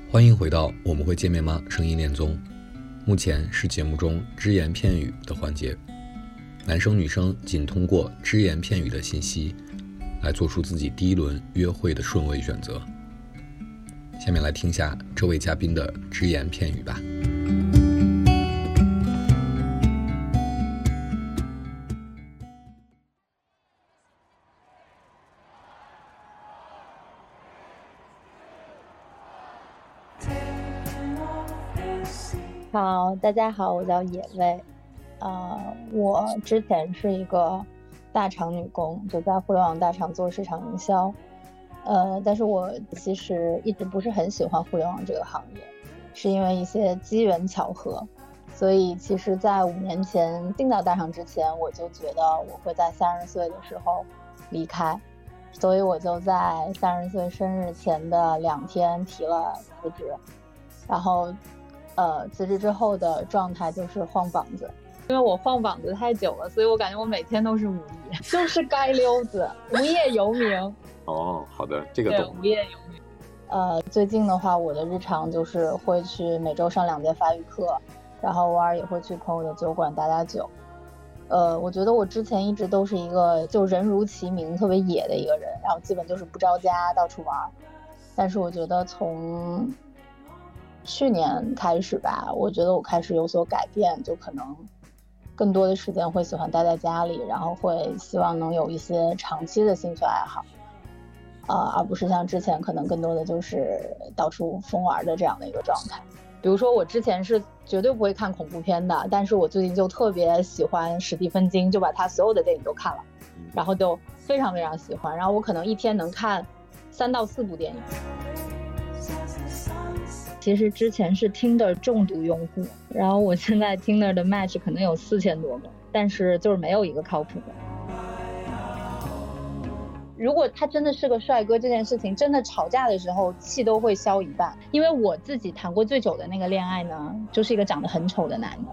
欢迎回到我们会见面吗声音恋综。目前是节目中只言片语的环节，男生女生仅通过只言片语的信息来做出自己第一轮约会的顺位选择。下面来听下这位嘉宾的只言片语吧。 好，大家好，我叫野味。我之前是一个大厂女工，就在互联网大厂做市场营销。但是我其实一直不是很喜欢互联网这个行业，是因为一些机缘巧合。所以其实在5年前进到大厂之前，我就觉得我会在30岁的时候离开，所以我就在30岁生日前的2天提了辞职。然后辞职之后的状态就是晃膀子，因为我晃膀子太久了，所以我感觉我每天都是无业，就是街溜子，无业游民。 哦，好的，这个懂。 对，无业游民。最近的话，我的日常就是会去每周上2节法语课，然后偶尔也会去朋友的酒馆打打酒。我觉得我之前一直都是一个就人如其名特别野的一个人，然后基本就是不着家到处玩。但是我觉得从去年开始吧，我觉得我开始有所改变，就可能更多的时间会喜欢待在家里，然后会希望能有一些长期的兴趣爱好，而不是像之前可能更多的就是到处疯玩的这样的一个状态。比如说我之前是绝对不会看恐怖片的，但是我最近就特别喜欢史蒂芬金，就把他所有的电影都看了，然后就非常非常喜欢，然后我可能一天能看3到4部电影。其实之前是 Tinder 重度用户，然后我现在 Tinder 的 match 可能有4000多个，但是就是没有一个靠谱的。如果他真的是个帅哥，这件事情真的吵架的时候气都会消一半。因为我自己谈过最久的那个恋爱呢，就是一个长得很丑的男的。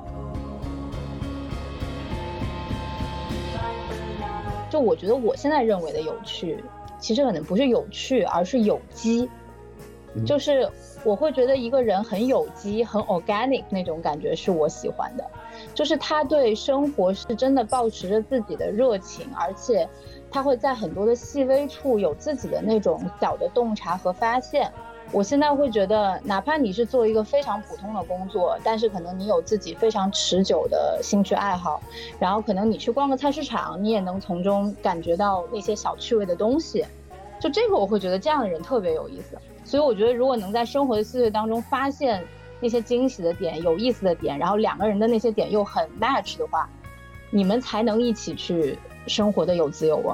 就我觉得我现在认为的有趣，其实可能不是有趣，而是有机。就是我会觉得一个人很有机很 organic 那种感觉是我喜欢的，就是他对生活是真的抱持着自己的热情，而且他会在很多的细微处有自己的那种小的洞察和发现。我现在会觉得哪怕你是做一个非常普通的工作，但是可能你有自己非常持久的兴趣爱好，然后可能你去逛个菜市场，你也能从中感觉到那些小趣味的东西，就这个我会觉得这样的人特别有意思。所以我觉得如果能在生活的细碎当中发现那些惊喜的点有意思的点，然后2个人的那些点又很 match 的话，你们才能一起去生活的有滋有味。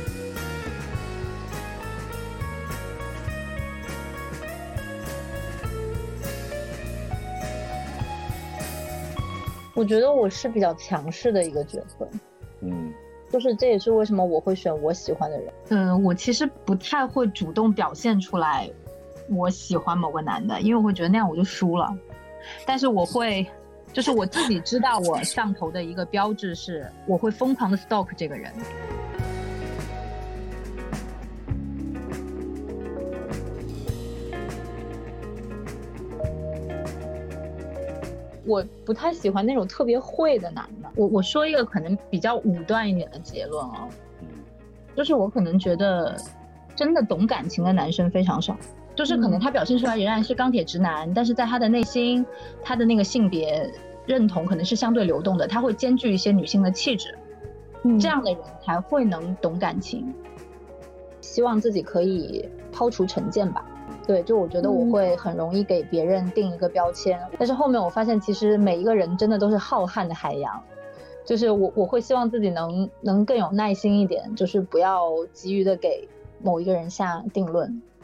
我觉得我是比较强势的一个角色，就是这也是为什么我会选我喜欢的人。我其实不太会主动表现出来我喜欢某个男的，因为我会觉得那样我就输了。但是我会，就是我自己知道我上头的一个标志是，我会疯狂的 stalk 这个人。我不太喜欢那种特别会的男的。我说一个可能比较武断一点的结论啊，就是我可能觉得真的懂感情的男生非常少，就是可能他表现出来仍然是钢铁直男，但是在他的内心，他的那个性别认同可能是相对流动的，他会兼具一些女性的气质，这样的人才会能懂感情。希望自己可以抛除成见吧。对，就我觉得我会很容易给别人定一个标签，但是后面我发现其实每一个人真的都是浩瀚的海洋，就是我会希望自己能更有耐心一点，就是不要急于的给某一个人下定论。